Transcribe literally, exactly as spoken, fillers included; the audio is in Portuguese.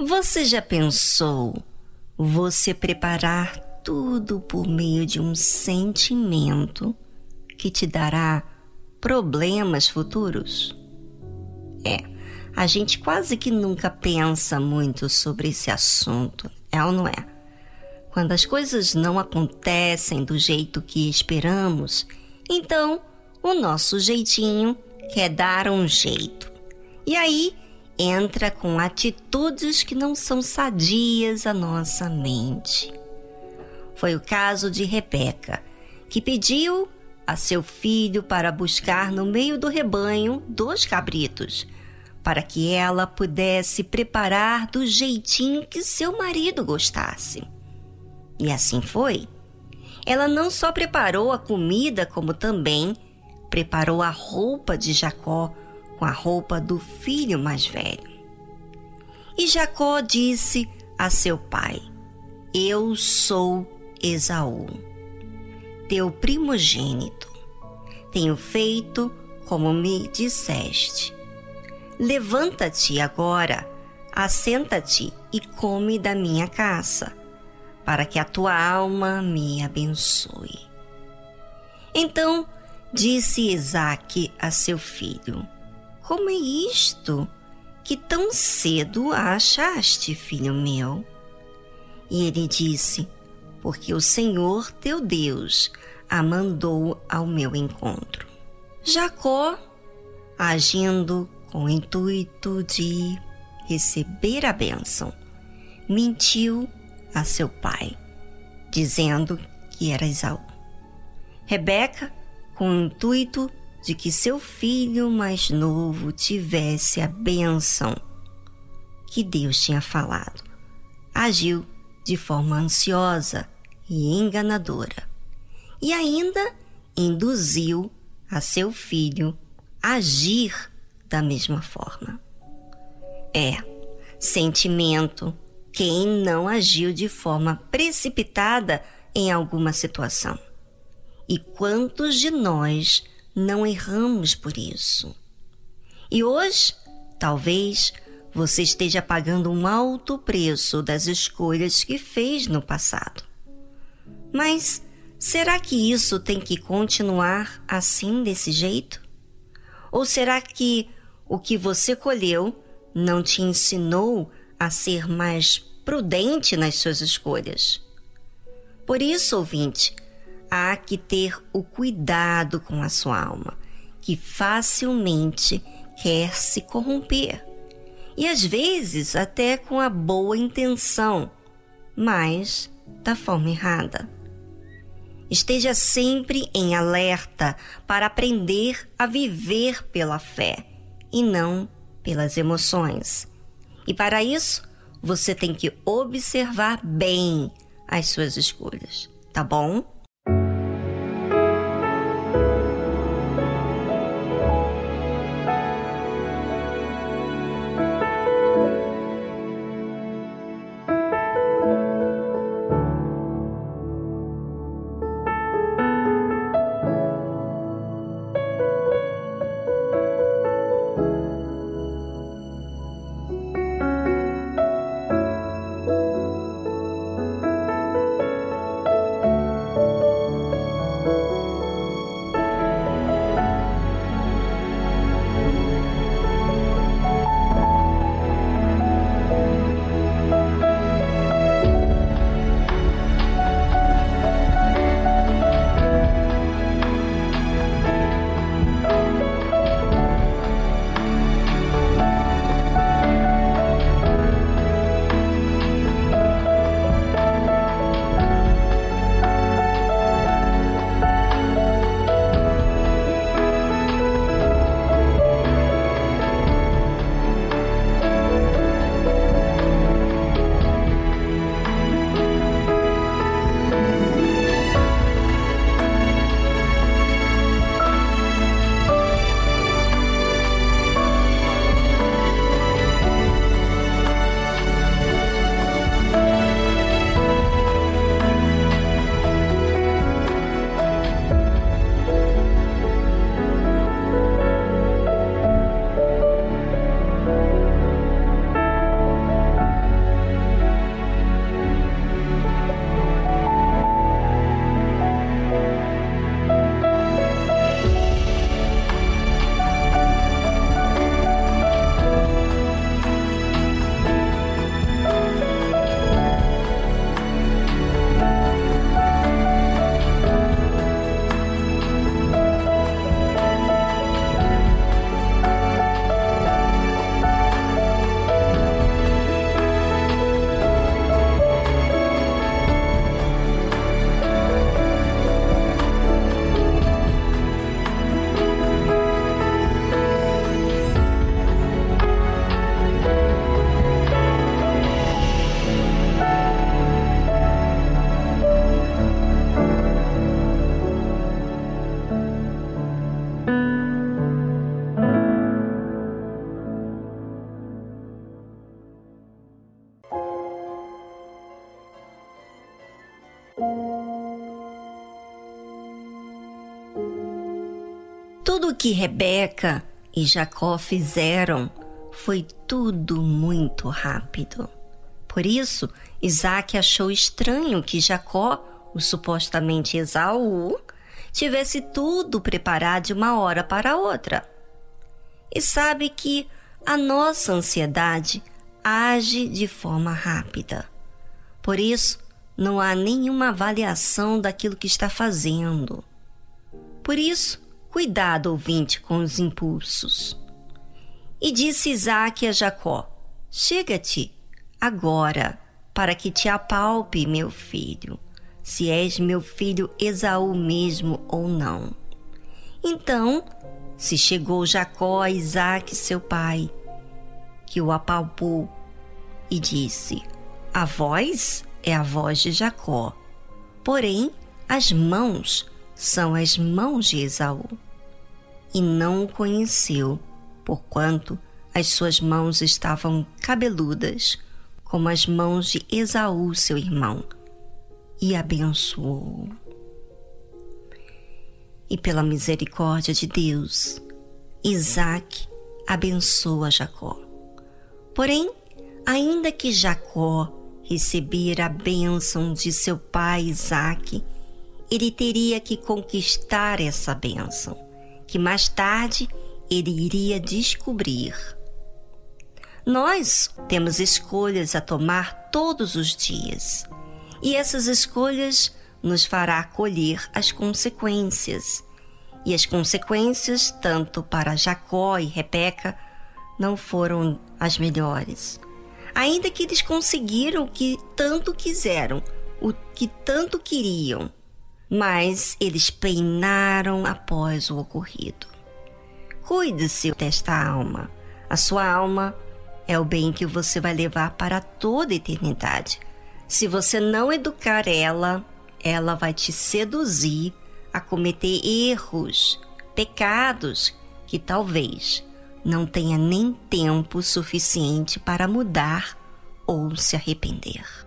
Você já pensou você preparar tudo por meio de um sentimento que te dará problemas futuros? É, a gente quase que nunca pensa muito sobre esse assunto, é ou não é? Quando as coisas não acontecem do jeito que esperamos, então o nosso jeitinho quer dar um jeito. E aí entra com atitudes que não são sadias à nossa mente. Foi o caso de Rebeca, que pediu a seu filho para buscar no meio do rebanho dois cabritos, para que ela pudesse preparar do jeitinho que seu marido gostasse. E assim foi. Ela não só preparou a comida, como também preparou a roupa de Jacó com a roupa do filho mais velho. E Jacó disse a seu pai: Eu sou Esaú, teu primogênito. Tenho feito como me disseste. Levanta-te agora, assenta-te e come da minha caça, para que a tua alma me abençoe. Então disse Isaque a seu filho: Como é isto que tão cedo a achaste, filho meu? E ele disse: Porque o Senhor teu Deus a mandou ao meu encontro. Jacó, agindo com o intuito de receber a bênção, mentiu a seu pai, dizendo que era Esaú. Rebeca, com o intuito de que seu filho mais novo tivesse a bênção que Deus tinha falado, agiu de forma ansiosa e enganadora, e ainda induziu a seu filho a agir da mesma forma. É, sentimento, quem não agiu de forma precipitada em alguma situação. E quantos de nós não erramos por isso? E hoje, talvez, você esteja pagando um alto preço das escolhas que fez no passado. Mas será que isso tem que continuar assim, desse jeito? Ou será que o que você colheu não te ensinou a ser mais prudente nas suas escolhas? Por isso, ouvinte, há que ter o cuidado com a sua alma, que facilmente quer se corromper. E às vezes até com a boa intenção, mas da forma errada. Esteja sempre em alerta para aprender a viver pela fé e não pelas emoções. E para isso, você tem que observar bem as suas escolhas, tá bom? Tudo o que Rebeca e Jacó fizeram foi tudo muito rápido. Por isso, Isaque achou estranho que Jacó, o supostamente Esaú, tivesse tudo preparado de uma hora para outra. E sabe que a nossa ansiedade age de forma rápida. Por isso, não há nenhuma avaliação daquilo que está fazendo. Por isso, cuidado, ouvinte, com os impulsos. E disse Isaque a Jacó: chega-te agora, para que te apalpe, meu filho, se és meu filho Esaú mesmo ou não. Então se chegou Jacó a Isaque, seu pai, que o apalpou, e disse: a voz é a voz de Jacó, porém as mãos são as mãos de Esaú. E não o conheceu, porquanto as suas mãos estavam cabeludas, como as mãos de Esaú, seu irmão, e abençoou. E pela misericórdia de Deus, Isaque abençoa Jacó. Porém, ainda que Jacó recebera a bênção de seu pai Isaque, ele teria que conquistar essa bênção, que mais tarde ele iria descobrir. Nós temos escolhas a tomar todos os dias, e essas escolhas nos fará colher as consequências. E as consequências, tanto para Jacó e Rebeca, não foram as melhores. Ainda que eles conseguiram o que tanto quiseram, o que tanto queriam, mas eles peinaram após o ocorrido. Cuide-se desta alma. A sua alma é o bem que você vai levar para toda a eternidade. Se você não educar ela, ela vai te seduzir a cometer erros, pecados que talvez não tenha nem tempo suficiente para mudar ou se arrepender.